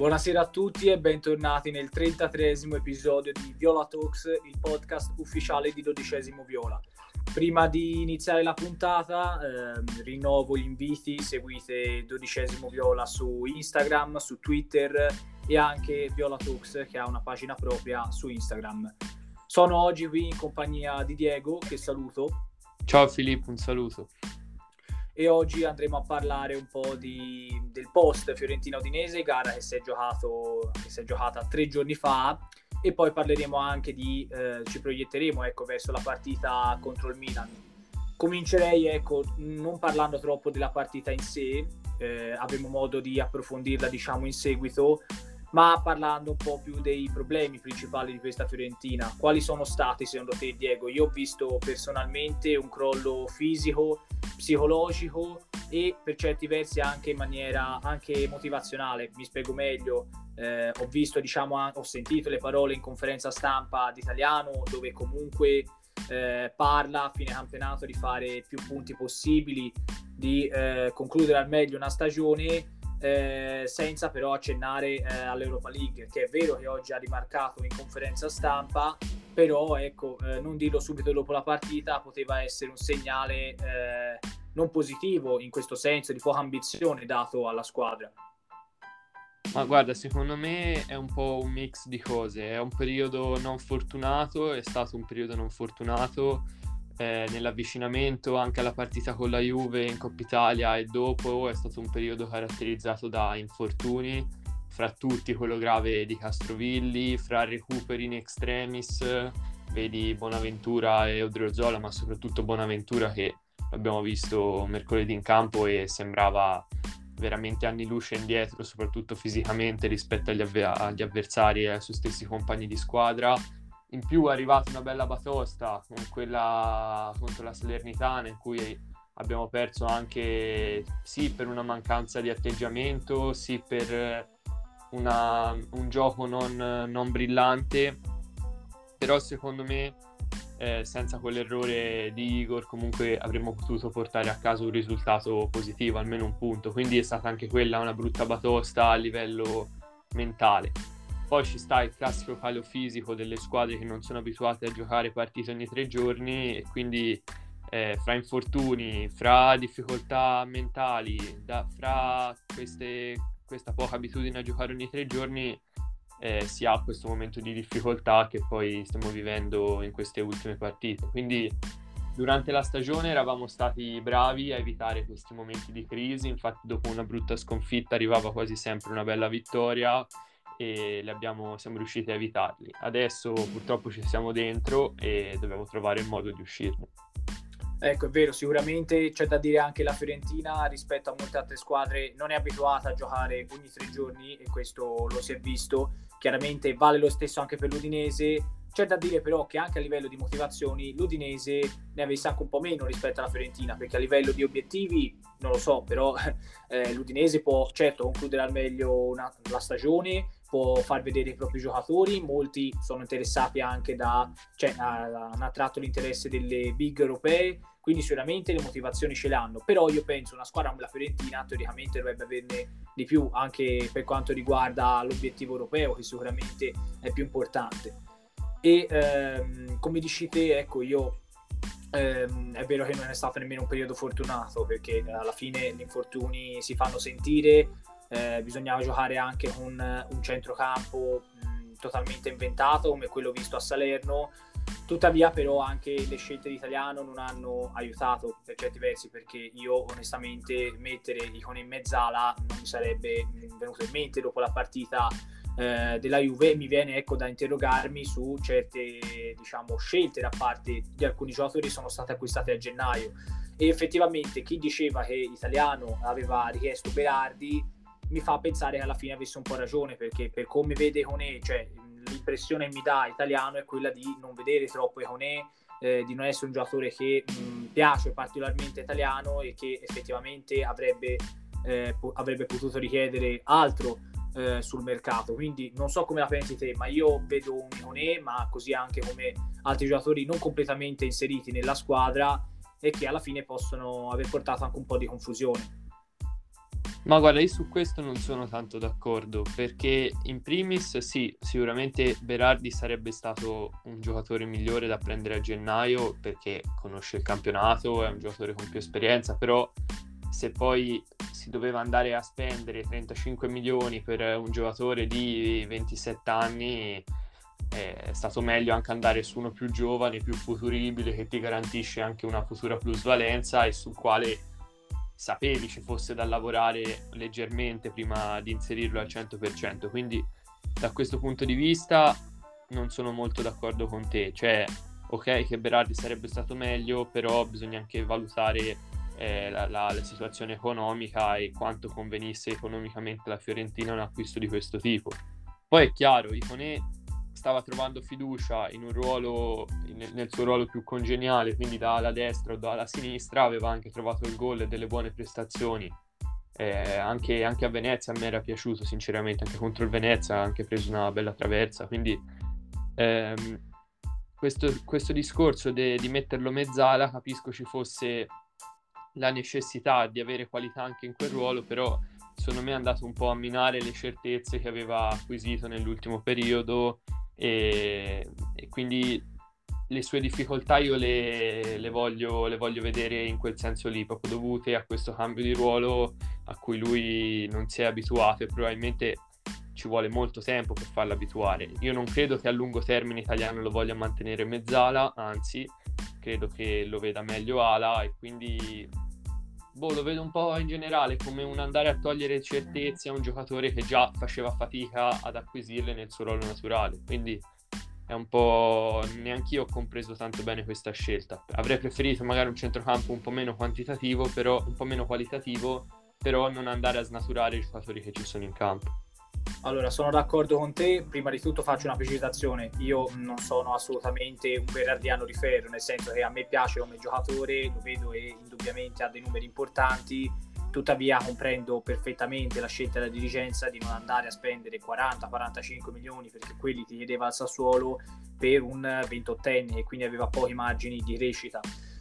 Buonasera a tutti e bentornati nel 33esimo episodio di Viola Talks, il podcast ufficiale di 12esimo Viola. Prima di iniziare la puntata rinnovo gli inviti: seguite 12esimo Viola su Instagram, su Twitter e anche Viola Talks, che ha una pagina propria su Instagram. Sono oggi qui in compagnia di Diego, che saluto. Ciao Filippo, un saluto. E oggi andremo a parlare un po' del post Fiorentina-Udinese, gara che si è giocata 3 giorni fa, e poi parleremo anche ci proietteremo verso la partita contro il Milan. Comincerei non parlando troppo della partita in sé, avremo modo di approfondirla in seguito, ma parlando un po' più dei problemi principali di questa Fiorentina. Quali sono stati secondo te, Diego? Io ho visto personalmente un crollo fisico, psicologico e per certi versi anche in maniera anche motivazionale. Mi spiego meglio. Ho visto, ho sentito le parole in conferenza stampa di Italiano, dove comunque parla a fine campionato di fare più punti possibili, di concludere al meglio una stagione, senza però accennare all'Europa League, che è vero che oggi ha rimarcato in conferenza stampa, però non dirlo subito dopo la partita poteva essere un segnale non positivo, in questo senso, di poca ambizione dato alla squadra. Ma guarda, secondo me è un po' un mix di cose. È un periodo non fortunato, è stato un periodo non fortunato nell'avvicinamento anche alla partita con la Juve in Coppa Italia, e dopo è stato un periodo caratterizzato da infortuni, fra tutti quello grave di Castrovilli, fra recuperi in extremis, vedi Bonaventura e Odriozola, ma soprattutto Bonaventura, che l'abbiamo visto mercoledì in campo e sembrava veramente anni luce indietro, soprattutto fisicamente, rispetto agli avversari e ai suoi stessi compagni di squadra. In più è arrivata una bella batosta con quella contro la Salernitana, in cui abbiamo perso anche sì per una mancanza di atteggiamento, sì per un gioco non brillante, però secondo me senza quell'errore di Igor comunque avremmo potuto portare a casa un risultato positivo, almeno un punto. Quindi è stata anche quella una brutta batosta a livello mentale. Poi ci sta il classico calo fisico delle squadre che non sono abituate a giocare partite ogni 3 giorni, e quindi fra infortuni, fra difficoltà mentali, fra questa poca abitudine a giocare ogni 3 giorni, si ha questo momento di difficoltà che poi stiamo vivendo in queste ultime partite. Quindi durante la stagione eravamo stati bravi a evitare questi momenti di crisi, infatti dopo una brutta sconfitta arrivava quasi sempre una bella vittoria e siamo riusciti a evitarli. Adesso purtroppo ci siamo dentro e dobbiamo trovare il modo di uscirne. Ecco, è vero, sicuramente c'è da dire anche la Fiorentina rispetto a molte altre squadre non è abituata a giocare ogni 3 giorni, e questo lo si è visto. Chiaramente vale lo stesso anche per l'Udinese. C'è da dire però che anche a livello di motivazioni l'Udinese ne avesse anche un po' meno rispetto alla Fiorentina, perché a livello di obiettivi non lo so, però l'Udinese può certo concludere al meglio la stagione, può far vedere i propri giocatori. Molti sono interessati anche hanno attratto l'interesse delle big europee, quindi sicuramente le motivazioni ce l'hanno. Però io penso una squadra come la Fiorentina teoricamente dovrebbe averne di più, anche per quanto riguarda l'obiettivo europeo, che sicuramente è più importante. E come dici te, è vero che non è stato nemmeno un periodo fortunato, perché alla fine gli infortuni si fanno sentire. Bisognava giocare anche con un centrocampo totalmente inventato come quello visto a Salerno. Tuttavia però anche le scelte di Italiano non hanno aiutato per certi versi, perché io onestamente mettere Icone in mezzala non mi sarebbe venuto in mente dopo la partita della Juve. Mi viene da interrogarmi su certe scelte da parte di alcuni giocatori che sono state acquistate a gennaio, e effettivamente chi diceva che Italiano aveva richiesto Berardi mi fa pensare che alla fine avesse un po' ragione, perché per come vede Ikoné, l'impressione che mi dà Italiano è quella di non vedere troppo Ikoné, di non essere un giocatore che piace particolarmente Italiano e che effettivamente avrebbe potuto richiedere altro sul mercato. Quindi non so come la pensi te, ma io vedo un Ikoné, ma così anche come altri giocatori non completamente inseriti nella squadra e che alla fine possono aver portato anche un po' di confusione. Ma guarda, io su questo non sono tanto d'accordo, perché in primis sì, sicuramente Berardi sarebbe stato un giocatore migliore da prendere a gennaio perché conosce il campionato, è un giocatore con più esperienza, però se poi si doveva andare a spendere 35 milioni per un giocatore di 27 anni, è stato meglio anche andare su uno più giovane, più futuribile, che ti garantisce anche una futura plusvalenza e sul quale sapevi ci fosse da lavorare leggermente prima di inserirlo al 100%. Quindi da questo punto di vista non sono molto d'accordo con te. Cioè, ok che Berardi sarebbe stato meglio, però bisogna anche valutare la situazione economica e quanto convenisse economicamente alla Fiorentina un acquisto di questo tipo. Poi è chiaro, Iconé stava trovando fiducia in un ruolo, nel suo ruolo più congeniale, quindi dalla destra o dalla sinistra, aveva anche trovato il gol e delle buone prestazioni. Anche a Venezia a me era piaciuto sinceramente, anche contro il Venezia ha anche preso una bella traversa, quindi questo discorso di metterlo mezzala capisco ci fosse la necessità di avere qualità anche in quel ruolo, però secondo me è andato un po' a minare le certezze che aveva acquisito nell'ultimo periodo e quindi le sue difficoltà io le voglio vedere in quel senso lì, proprio dovute a questo cambio di ruolo a cui lui non si è abituato e probabilmente ci vuole molto tempo per farlo abituare. Io non credo che a lungo termine Italiano lo voglia mantenere mezzala, anzi credo che lo veda meglio ala e quindi lo vedo un po' in generale come un andare a togliere certezze a un giocatore che già faceva fatica ad acquisirle nel suo ruolo naturale, quindi è un po', neanch'io ho compreso tanto bene questa scelta. Avrei preferito magari un centrocampo un po' meno quantitativo, però un po' meno qualitativo, però non andare a snaturare i giocatori che ci sono in campo. Allora, sono d'accordo con te. Prima di tutto faccio una precisazione. Io non sono assolutamente un berardiano di ferro, nel senso che a me piace come giocatore, lo vedo e indubbiamente ha dei numeri importanti. Tuttavia comprendo perfettamente la scelta della dirigenza di non andare a spendere 40-45 milioni, perché quelli ti chiedeva il Sassuolo, per un 28enne e quindi aveva pochi margini di crescita.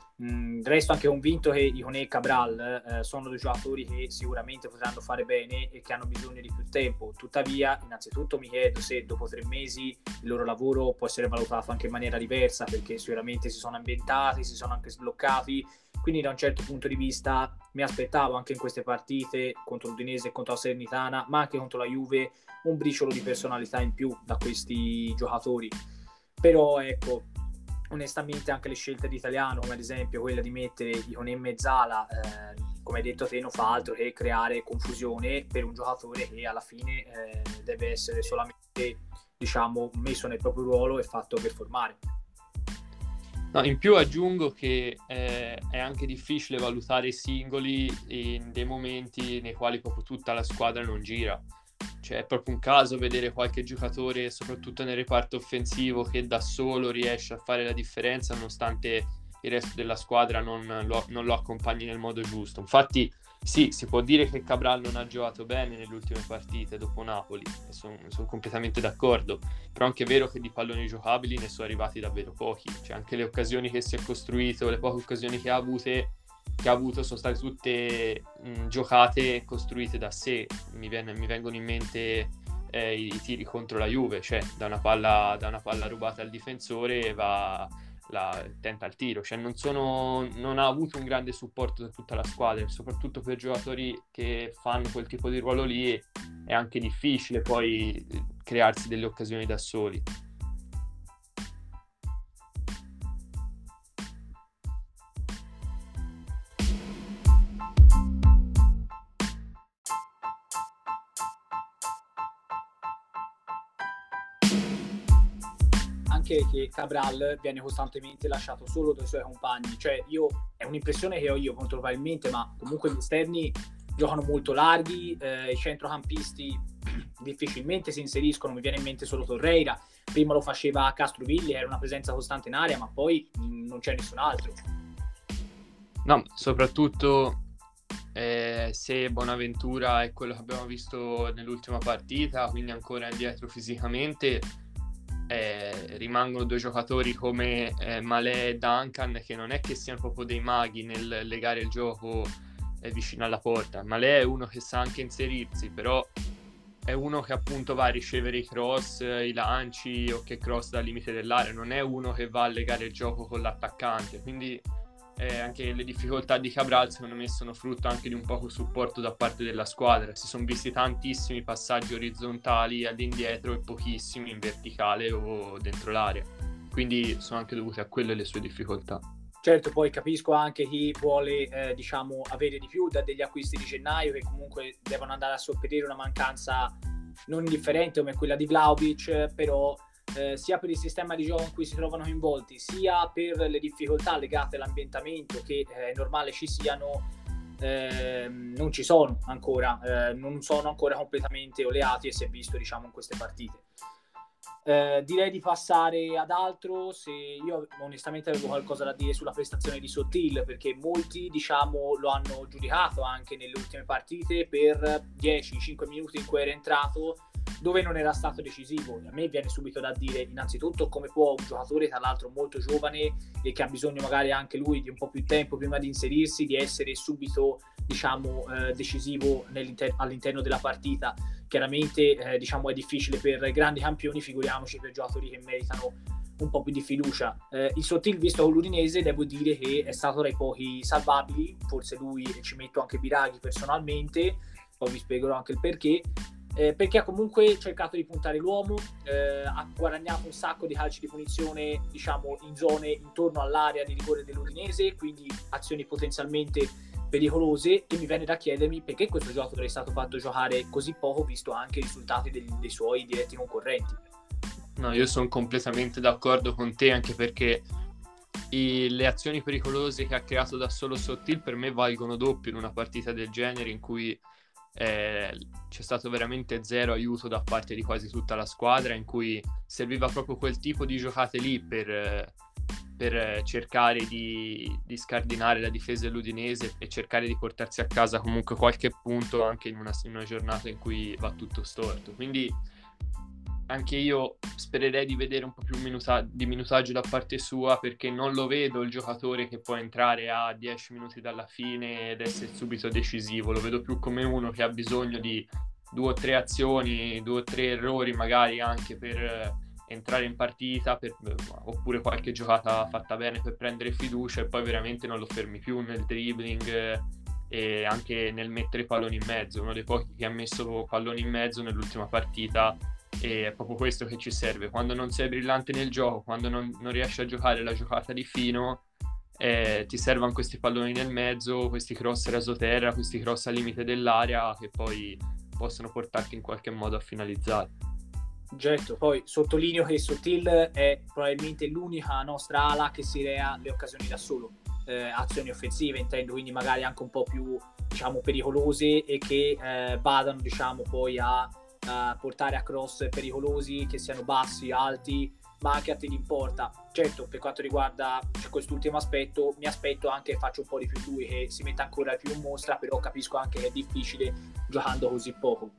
Resto anche convinto che Iconé e Cabral sono due giocatori che sicuramente potranno fare bene e che hanno bisogno di più tempo. Tuttavia, innanzitutto mi chiedo se dopo 3 mesi il loro lavoro può essere valutato anche in maniera diversa, perché sicuramente si sono ambientati, si sono anche sbloccati. Quindi da un certo punto di vista mi aspettavo anche in queste partite contro l'Udinese e contro la Salernitana, ma anche contro la Juve, un briciolo di personalità in più da questi giocatori. Però ecco, onestamente anche le scelte di Italiano, come ad esempio quella di mettere Iconé in mezzala, come hai detto te, non fa altro che creare confusione per un giocatore che alla fine deve essere solamente, diciamo, messo nel proprio ruolo e fatto per formare. No, in più aggiungo che è anche difficile valutare i singoli in dei momenti nei quali proprio tutta la squadra non gira. Cioè è proprio un caso vedere qualche giocatore, soprattutto nel reparto offensivo, che da solo riesce a fare la differenza nonostante il resto della squadra non lo accompagni nel modo giusto. Infatti sì, si può dire che Cabral non ha giocato bene nelle ultime partite dopo Napoli, sono completamente d'accordo, però anche è vero che di palloni giocabili ne sono arrivati davvero pochi, cioè anche le occasioni che si è costruito, le poche occasioni che ha avuto sono state tutte giocate e costruite da sé. Mi vengono in mente i tiri contro la Juve, cioè da una palla rubata al difensore tenta il tiro, cioè non ha avuto un grande supporto da tutta la squadra, soprattutto per giocatori che fanno quel tipo di ruolo lì è anche difficile poi crearsi delle occasioni da soli. Anche che Cabral viene costantemente lasciato solo dai suoi compagni, cioè è un'impressione che ho io molto probabilmente, ma comunque gli esterni giocano molto larghi, i centrocampisti difficilmente si inseriscono. Mi viene in mente solo Torreira, prima lo faceva Castrovilli, era una presenza costante in area, ma poi non c'è nessun altro. No, soprattutto se Bonaventura è quello che abbiamo visto nell'ultima partita, quindi ancora indietro fisicamente, rimangono due giocatori come Malé e Duncan, che non è che siano proprio dei maghi nel legare il gioco è vicino alla porta. Malè è uno che sa anche inserirsi, però è uno che appunto va a ricevere i cross, i lanci o che cross dal limite dell'area, non è uno che va a legare il gioco con l'attaccante, quindi anche le difficoltà di Cabral secondo me sono frutto anche di un poco supporto da parte della squadra. Si sono visti tantissimi passaggi orizzontali all'indietro e pochissimi in verticale o dentro l'area, quindi sono anche dovute a quelle le sue difficoltà. Certo, poi capisco anche chi vuole diciamo avere di più da degli acquisti di gennaio, che comunque devono andare a sopperire una mancanza non indifferente come quella di Vlahovic, però sia per il sistema di gioco in cui si trovano coinvolti, sia per le difficoltà legate all'ambientamento che è normale ci siano, non ci sono ancora, non sono ancora completamente oleati, e si è visto diciamo in queste partite. Direi di passare ad altro. Se io onestamente avevo qualcosa da dire sulla prestazione di Sottil, perché molti diciamo lo hanno giudicato anche nelle ultime partite per 10-5 minuti in cui era entrato, dove non era stato decisivo. A me viene subito da dire innanzitutto come può un giocatore tra l'altro molto giovane e che ha bisogno magari anche lui di un po' più tempo prima di inserirsi, di essere subito diciamo decisivo all'interno della partita. Chiaramente diciamo è difficile per grandi campioni, figuriamoci per giocatori che meritano un po' più di fiducia. Il Sottil visto con l'Udinese devo dire che è stato tra i pochi salvabili, forse lui, e ci metto anche Biraghi personalmente, poi vi spiegherò anche il perché, perché ha comunque cercato di puntare l'uomo, ha guadagnato un sacco di calci di punizione diciamo in zone intorno all'area di rigore dell'Udinese, quindi azioni potenzialmente pericolose, e mi viene da chiedermi perché questo giocatore è stato fatto giocare così poco visto anche i risultati dei suoi diretti concorrenti. No, io sono completamente d'accordo con te, anche perché le azioni pericolose che ha creato da solo Sottil per me valgono doppio in una partita del genere, in cui c'è stato veramente zero aiuto da parte di quasi tutta la squadra, in cui serviva proprio quel tipo di giocate lì per cercare di scardinare la difesa dell'Udinese e cercare di portarsi a casa comunque qualche punto anche in una giornata in cui va tutto storto. Quindi anche io spererei di vedere un po' più di minutaggio da parte sua, perché non lo vedo il giocatore che può entrare a 10 minuti dalla fine ed essere subito decisivo. Lo vedo più come uno che ha bisogno di 2 o 3 azioni, 2 o 3 errori magari anche per entrare in partita, oppure qualche giocata fatta bene per prendere fiducia, e poi veramente non lo fermi più nel dribbling e anche nel mettere palloni in mezzo. Uno dei pochi che ha messo palloni in mezzo nell'ultima partita, e è proprio questo che ci serve. Quando non sei brillante nel gioco, quando non riesci a giocare la giocata di fino, ti servono questi palloni nel mezzo, questi cross rasoterra, questi cross al limite dell'area che poi possono portarti in qualche modo a finalizzare. Certo, poi sottolineo che Sottil è probabilmente l'unica nostra ala che si crea le occasioni da solo, azioni offensive intendo, quindi magari anche un po' più diciamo pericolose e che vadano diciamo poi a portare a cross pericolosi, che siano bassi, alti, ma anche a tiri in porta. Certo, per quanto riguarda quest'ultimo aspetto mi aspetto anche, faccio un po' di più lui, che si metta ancora più in mostra, però capisco anche che è difficile giocando così poco.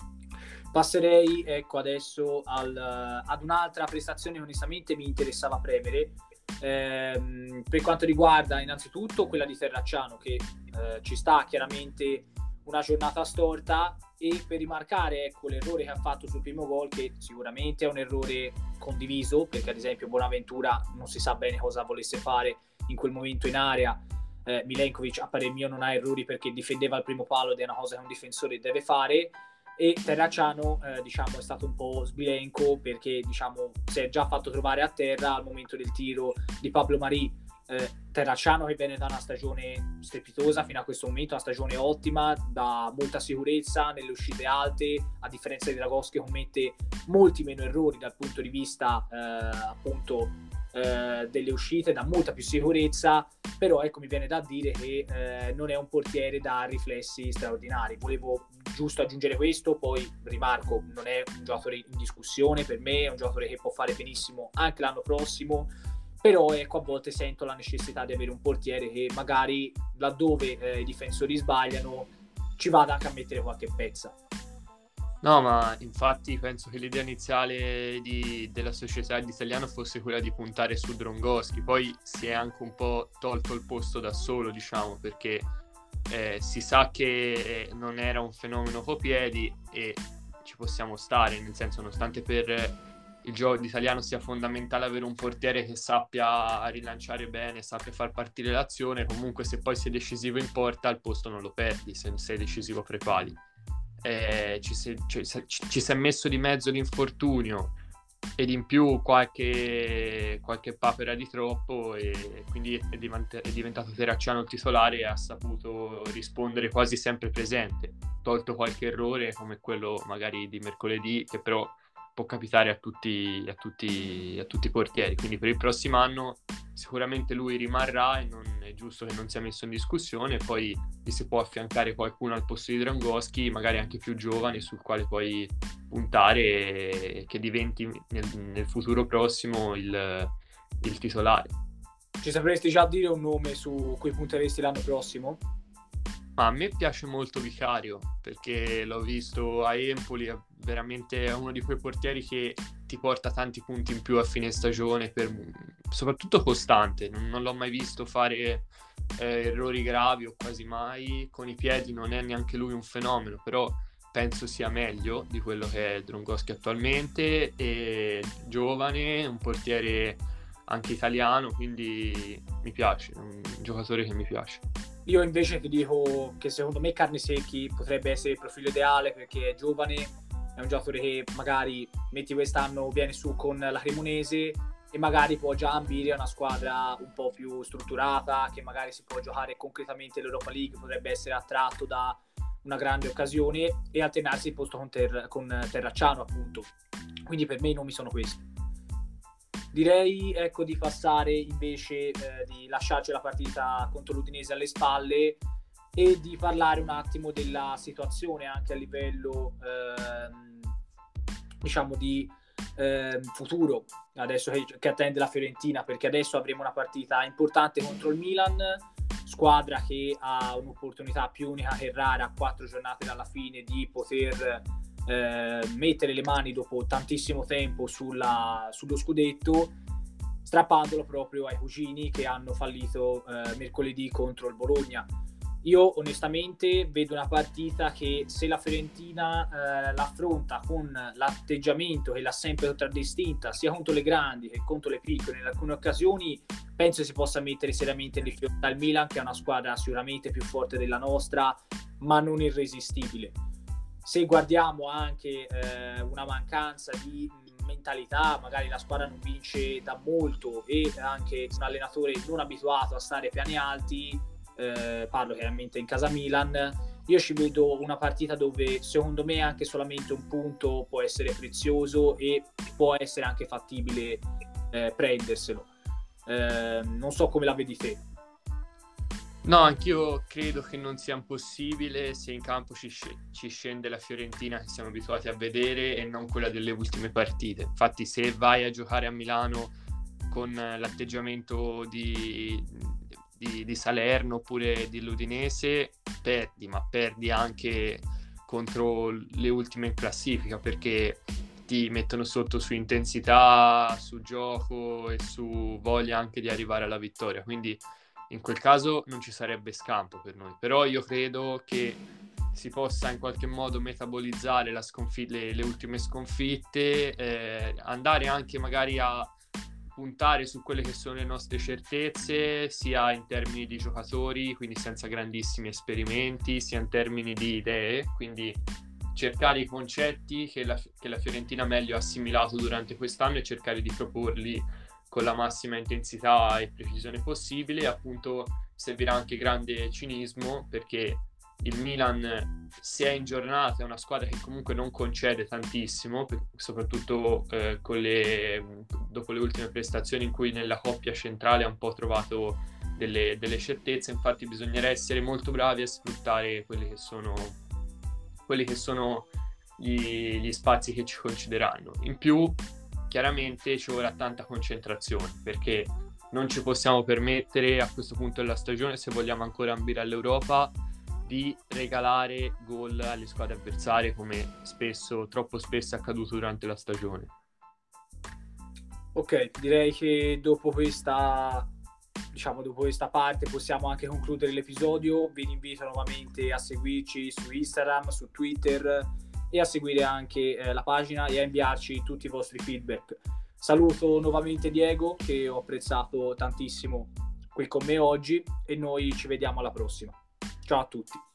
Passerei adesso ad un'altra prestazione che onestamente mi interessava premere, per quanto riguarda innanzitutto quella di Terracciano, che ci sta chiaramente una giornata storta, e per rimarcare l'errore che ha fatto sul primo gol, che sicuramente è un errore condiviso, perché ad esempio Bonaventura non si sa bene cosa volesse fare in quel momento in area. Milenkovic a parer mio non ha errori perché difendeva il primo palo ed è una cosa che un difensore deve fare, e Terracciano diciamo è stato un po' sbilenco perché diciamo si è già fatto trovare a terra al momento del tiro di Pablo Mari. Terracciano che viene da una stagione strepitosa fino a questo momento, una stagione ottima, da molta sicurezza nelle uscite alte, a differenza di Dragowski che commette molti meno errori dal punto di vista appunto delle uscite, da molta più sicurezza, però ecco mi viene da dire che non è un portiere da riflessi straordinari. Volevo giusto aggiungere questo, poi rimarco, non è un giocatore in discussione per me, è un giocatore che può fare benissimo anche l'anno prossimo, però ecco a volte sento la necessità di avere un portiere che magari laddove i difensori sbagliano ci vada anche a mettere qualche pezza. No, ma infatti penso che l'idea iniziale della società italiana fosse quella di puntare su Dragowski, poi si è anche un po' tolto il posto da solo, diciamo, perché si sa che non era un fenomeno copiedi e ci possiamo stare, nel senso, nonostante per il gioco italiano sia fondamentale avere un portiere che sappia rilanciare bene, sappia far partire l'azione, comunque se poi sei decisivo in porta il posto non lo perdi se sei decisivo fra i pali. Ci si è messo di mezzo l'infortunio ed in più qualche papera di troppo, e quindi è diventato Terracciano il titolare e ha saputo rispondere quasi sempre presente, tolto qualche errore come quello magari di mercoledì, che però può capitare a tutti i portieri. Quindi per il prossimo anno sicuramente lui rimarrà e non è giusto che non sia messo in discussione. Poi gli si può affiancare qualcuno al posto di Dragoschi, magari anche più giovane, sul quale poi puntare e che diventi nel futuro prossimo il titolare. Ci sapresti già dire un nome su cui punteresti l'anno prossimo? Ma a me piace molto Vicario, perché l'ho visto a Empoli, veramente è uno di quei portieri che ti porta tanti punti in più a fine stagione, soprattutto costante. Non l'ho mai visto fare errori gravi o quasi mai. Con i piedi non è neanche lui un fenomeno, però penso sia meglio di quello che è Dragoschi attualmente, e giovane, un portiere anche italiano, quindi mi piace, è un giocatore che mi piace. Io invece ti dico che secondo me Carnesecchi potrebbe essere il profilo ideale, perché è giovane, è un giocatore che magari metti quest'anno viene su con la Cremonese e magari può già ambire a una squadra un po' più strutturata, che magari si può giocare concretamente l'Europa League, potrebbe essere attratto da una grande occasione e alternarsi il posto con Terracciano, appunto. Quindi per me i nomi sono questi. Direi, ecco, di passare invece, di lasciarci la partita contro l'Udinese alle spalle e di parlare un attimo della situazione anche a livello diciamo di futuro adesso che attende la Fiorentina, perché adesso avremo una partita importante contro il Milan, squadra che ha un'opportunità più unica che rara a 4 giornate dalla fine di poter mettere le mani dopo tantissimo tempo sullo scudetto, strappandolo proprio ai cugini che hanno fallito mercoledì contro il Bologna. Io onestamente vedo una partita che, se la Fiorentina l'affronta con l'atteggiamento che l'ha sempre contraddistinta sia contro le grandi che contro le piccole, in alcune occasioni penso si possa mettere seriamente in difficoltà il Milan, che è una squadra sicuramente più forte della nostra ma non irresistibile. Se guardiamo anche una mancanza di mentalità, magari la squadra non vince da molto e anche un allenatore non abituato a stare piani alti, parlo chiaramente in casa Milan, io ci vedo una partita dove secondo me anche solamente un punto può essere prezioso e può essere anche fattibile prenderselo. Non so come la vedi te. No, anch'io credo che non sia impossibile se in campo ci scende la Fiorentina che siamo abituati a vedere e non quella delle ultime partite. Infatti, se vai a giocare a Milano con l'atteggiamento di Salerno oppure dell'Udinese, perdi, ma perdi anche contro le ultime in classifica, perché ti mettono sotto su intensità, su gioco e su voglia anche di arrivare alla vittoria. Quindi in quel caso non ci sarebbe scampo per noi, però io credo che si possa in qualche modo metabolizzare le ultime sconfitte, andare anche magari a puntare su quelle che sono le nostre certezze, sia in termini di giocatori, quindi senza grandissimi esperimenti, sia in termini di idee, quindi cercare i concetti che la Fiorentina meglio ha assimilato durante quest'anno e cercare di proporli con la massima intensità e precisione possibile. Appunto servirà anche grande cinismo, perché il Milan, se è in giornata, è una squadra che comunque non concede tantissimo, soprattutto dopo le ultime prestazioni in cui nella coppia centrale ha un po' trovato delle certezze. Infatti bisognerà essere molto bravi a sfruttare quelli che sono gli spazi che ci concederanno. In più chiaramente ci vorrà tanta concentrazione, perché non ci possiamo permettere a questo punto della stagione, se vogliamo ancora ambire all'Europa, di regalare gol alle squadre avversarie, come troppo spesso è accaduto durante la stagione. Ok, direi che dopo questa diciamo, dopo questa parte possiamo anche concludere l'episodio. Vi invito nuovamente a seguirci su Instagram, su Twitter e a seguire anche la pagina e a inviarci tutti i vostri feedback. Saluto nuovamente Diego, che ho apprezzato tantissimo qui con me oggi, e noi ci vediamo alla prossima. Ciao a tutti.